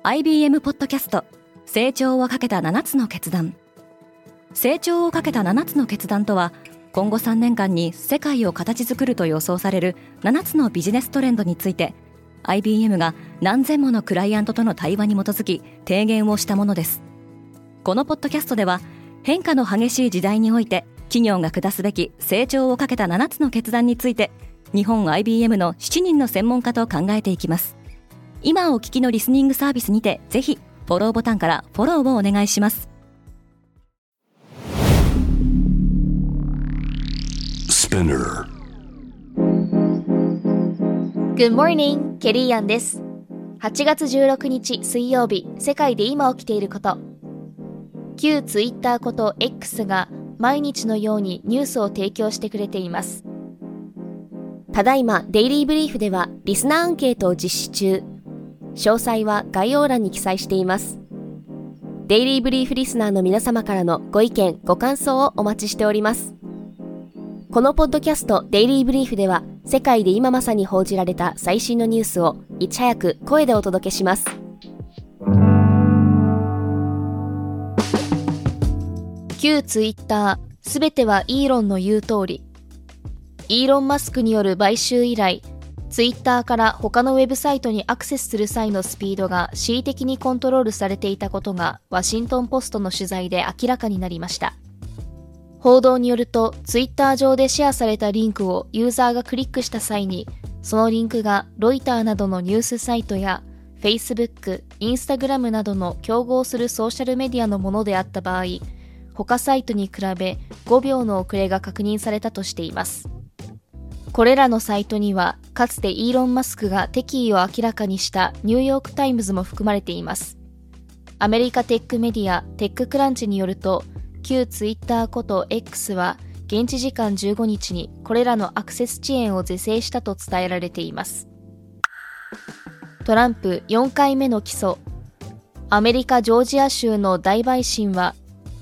IBM ポッドキャスト成長をかけた7つの決断。成長をかけた7つの決断とは、今後3年間に世界を形作ると予想される7つのビジネストレンドについて IBM が何千ものクライアントとの対話に基づき提言をしたものです。このポッドキャストでは、変化の激しい時代において企業が下すべき成長をかけた7つの決断について、日本 IBM の7人の専門家と考えていきます。今お聞きのリスニングサービスにて、ぜひフォローボタンからフォローをお願いします。 Good morning, ケリーアンです。8月16日水曜日、世界で今起きていること。旧ツイッターこと X が毎日のようにニュースを提供してくれています。ただいまデイリーブリーフではリスナーアンケートを実施中。詳細は概要欄に記載しています。デイリーブリーフリスナーの皆様からのご意見ご感想をお待ちしております。このポッドキャストデイリーブリーフでは、世界で今まさに報じられた最新のニュースをいち早く声でお届けします。旧ツイッター、すべてはイーロンの言う通り。イーロン・マスクによる買収以来、ツイッターから他のウェブサイトにアクセスする際のスピードが恣意的にコントロールされていたことがワシントンポストの取材で明らかになりました。報道によると、ツイッター上でシェアされたリンクをユーザーがクリックした際に、そのリンクがロイターなどのニュースサイトや Facebook、Instagram などの競合するソーシャルメディアのものであった場合、他サイトに比べ5秒の遅れが確認されたとしています。これらのサイトには、かつてイーロン・マスクが敵意を明らかにしたニューヨーク・タイムズも含まれています。アメリカテックメディアテッククランチによると、旧ツイッターこと X は現地時間15日にこれらのアクセス遅延を是正したと伝えられています。トランプ4回目の起訴。アメリカジョージア州の大陪審は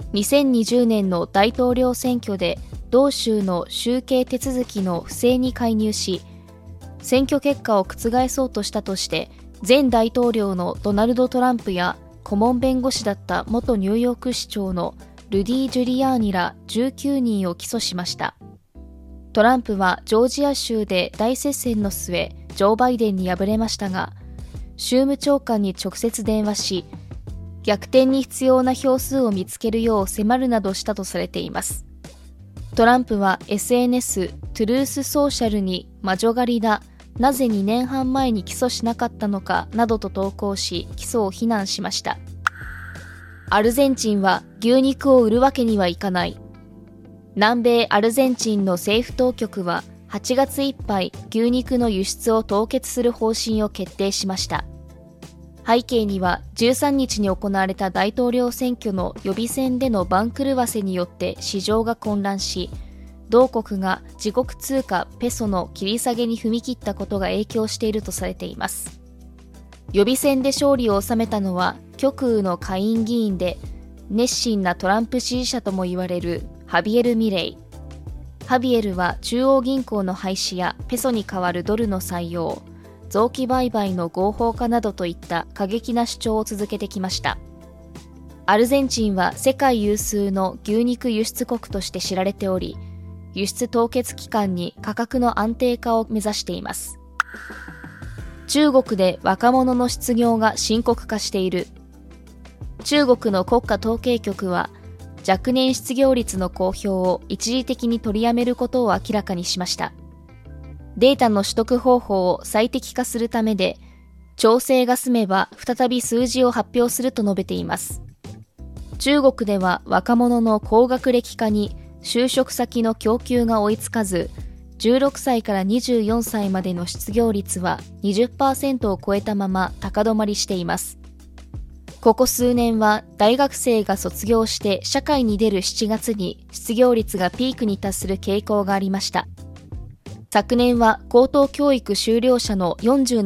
2020年の大統領選挙で同州の集計手続きの不正に介入し、選挙結果を覆そうとしたとして前大統領のドナルド・トランプや顧問弁護士だった元ニューヨーク市長のルディ・ジュリアーニら19人を起訴しました。トランプはジョージア州で大接戦の末、ジョー・バイデンに敗れましたが、州務長官に直接電話し、逆転に必要な票数を見つけるよう迫るなどしたとされています。トランプは SNS トゥルースソーシャルに魔女狩りだ、なぜ2年半前に起訴しなかったのかなどと投稿し、起訴を非難しました。アルゼンチンは牛肉を売るわけにはいかない。南米アルゼンチンの政府当局は8月いっぱい牛肉の輸出を凍結する方針を決定しました。背景には13日に行われた大統領選挙の予備選での番狂わせによって市場が混乱し、同国が自国通貨ペソの切り下げに踏み切ったことが影響しているとされています。予備選で勝利を収めたのは極右の下院議員で、熱心なトランプ支持者とも言われるハビエル・ミレイ。ハビエルは中央銀行の廃止やペソに代わるドルの採用、臓器売買の合法化などといった過激な主張を続けてきました。アルゼンチンは世界有数の牛肉輸出国として知られており、輸出凍結期間に価格の安定化を目指しています。中国で若者の失業が深刻化している。中国の国家統計局は若年失業率の公表を一時的に取りやめることを明らかにしました。データの取得方法を最適化するためで、調整が済めば再び数字を発表すると述べています。中国では若者の高学歴化に就職先の供給が追いつかず、16歳から24歳までの失業率は 20% を超えたまま高止まりしています。ここ数年は大学生が卒業して社会に出る7月に失業率がピークに達する傾向がありました。昨年は高等教育修了者の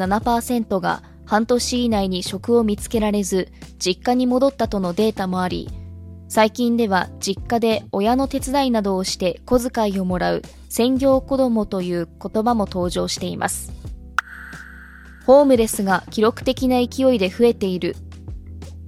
47% が半年以内に職を見つけられず実家に戻ったとのデータもあり、最近では実家で親の手伝いなどをして小遣いをもらう専業子供という言葉も登場しています。ホームレスが記録的な勢いで増えている。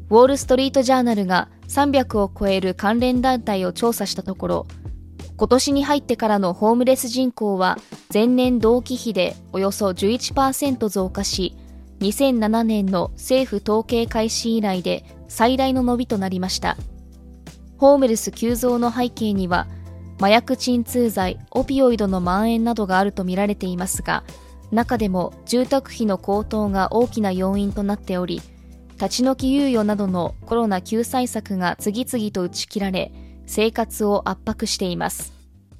ウォールストリートジャーナルが300を超える関連団体を調査したところ、今年に入ってからのホームレス人口は前年同期比でおよそ 11% 増加し、2007年の政府統計開始以来で最大の伸びとなりました。ホームレス急増の背景には、麻薬鎮痛剤、オピオイドの蔓延などがあるとみられていますが、中でも住宅費の高騰が大きな要因となっており、立ち退き猶予などのコロナ救済策が次々と打ち切られ、生活を圧迫しています。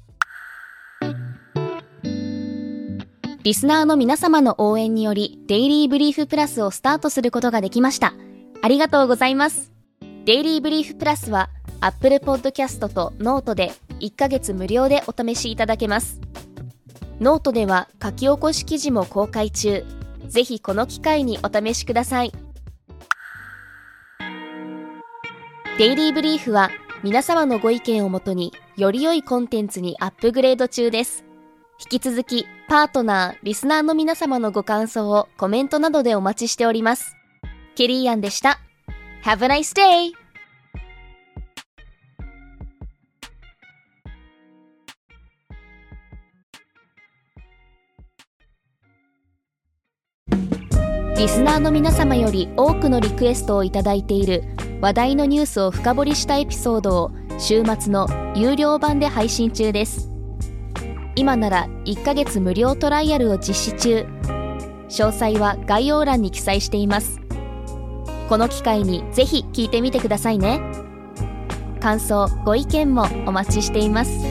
リスナーの皆様の応援により、デイリーブリーフプラスをスタートすることができました。ありがとうございます。デイリーブリーフプラスは、Apple Podcast とノートで1ヶ月無料でお試しいただけます。ノートでは書き起こし記事も公開中。ぜひこの機会にお試しください。デイリーブリーフは皆様のご意見をもとにより良いコンテンツにアップグレード中です。引き続きパートナー、リスナーの皆様のご感想をコメントなどでお待ちしております。ケリーアンでした。Have a nice day! リスナーの皆様より多くのリクエストをいただいている話題のニュースを深掘りしたエピソードを週末の有料版で配信中です。今なら1ヶ月無料トライアルを実施中。詳細は概要欄に記載しています。この機会にぜひ聞いてみてくださいね。感想、ご意見もお待ちしています。